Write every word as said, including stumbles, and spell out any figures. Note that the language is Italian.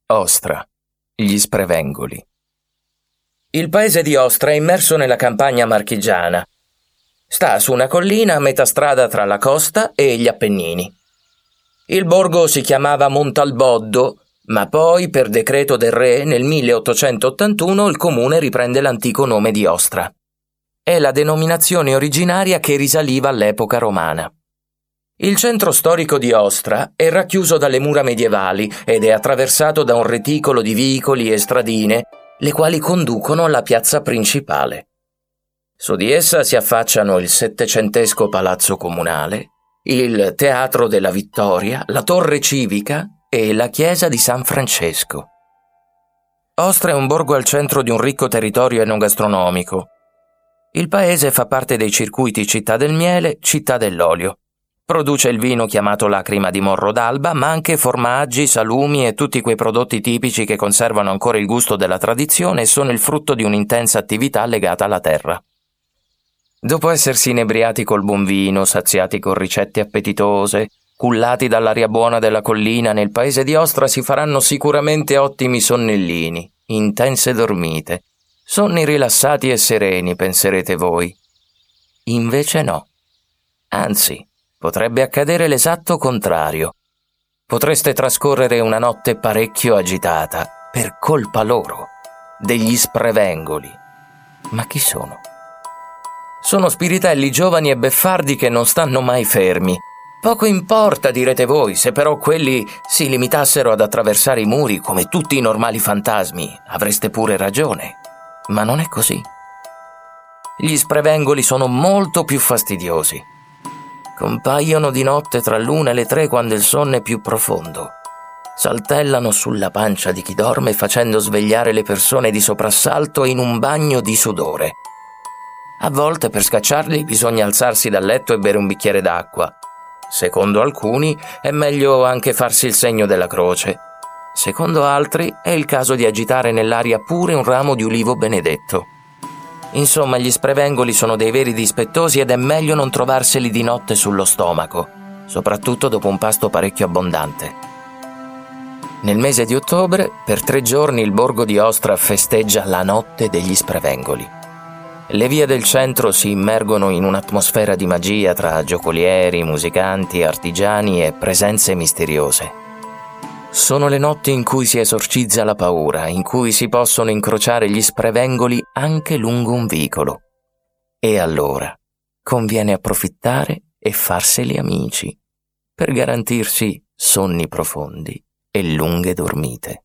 Ostra, gli Sprevengoli. Il paese di Ostra è immerso nella campagna marchigiana. Sta su una collina a metà strada tra la costa e gli Appennini. Il borgo si chiamava Montalboddo, ma poi, per decreto del re, nel milleottocentottantuno il comune riprende l'antico nome di Ostra. È la denominazione originaria che risaliva all'epoca romana. Il centro storico di Ostra è racchiuso dalle mura medievali ed è attraversato da un reticolo di vicoli e stradine, le quali conducono alla piazza principale. Su di essa si affacciano il settecentesco palazzo comunale, il Teatro della Vittoria, la Torre Civica e la chiesa di San Francesco. Ostra è un borgo al centro di un ricco territorio enogastronomico. Il paese fa parte dei circuiti Città del Miele, Città dell'Olio. Produce il vino chiamato Lacrima di Morro d'Alba, ma anche formaggi, salumi e tutti quei prodotti tipici che conservano ancora il gusto della tradizione e sono il frutto di un'intensa attività legata alla terra. Dopo essersi inebriati col buon vino, saziati con ricette appetitose, cullati dall'aria buona della collina, nel paese di Ostra si faranno sicuramente ottimi sonnellini, intense dormite, sonni rilassati e sereni, penserete voi. Invece no. Anzi, potrebbe accadere l'esatto contrario. Potreste trascorrere una notte parecchio agitata, per colpa loro, degli Sprevengoli. Ma chi sono? Sono spiritelli giovani e beffardi che non stanno mai fermi. Poco importa, direte voi, se però quelli si limitassero ad attraversare i muri come tutti i normali fantasmi, avreste pure ragione. Ma non è così. Gli Sprevengoli sono molto più fastidiosi. Compaiono di notte tra l'una e le tre quando il sonno è più profondo. Saltellano sulla pancia di chi dorme facendo svegliare le persone di soprassalto in un bagno di sudore. A volte per scacciarli bisogna alzarsi dal letto e bere un bicchiere d'acqua. Secondo alcuni è meglio anche farsi il segno della croce. Secondo altri è il caso di agitare nell'aria pure un ramo di ulivo benedetto. Insomma, gli Sprevengoli sono dei veri dispettosi ed è meglio non trovarseli di notte sullo stomaco, soprattutto dopo un pasto parecchio abbondante. Nel mese di ottobre, per tre giorni il borgo di Ostra festeggia la notte degli Sprevengoli. Le vie del centro si immergono in un'atmosfera di magia tra giocolieri, musicanti, artigiani e presenze misteriose. Sono le notti in cui si esorcizza la paura, in cui si possono incrociare gli Sprevengoli anche lungo un vicolo. E allora conviene approfittare e farseli amici, per garantirsi sonni profondi e lunghe dormite.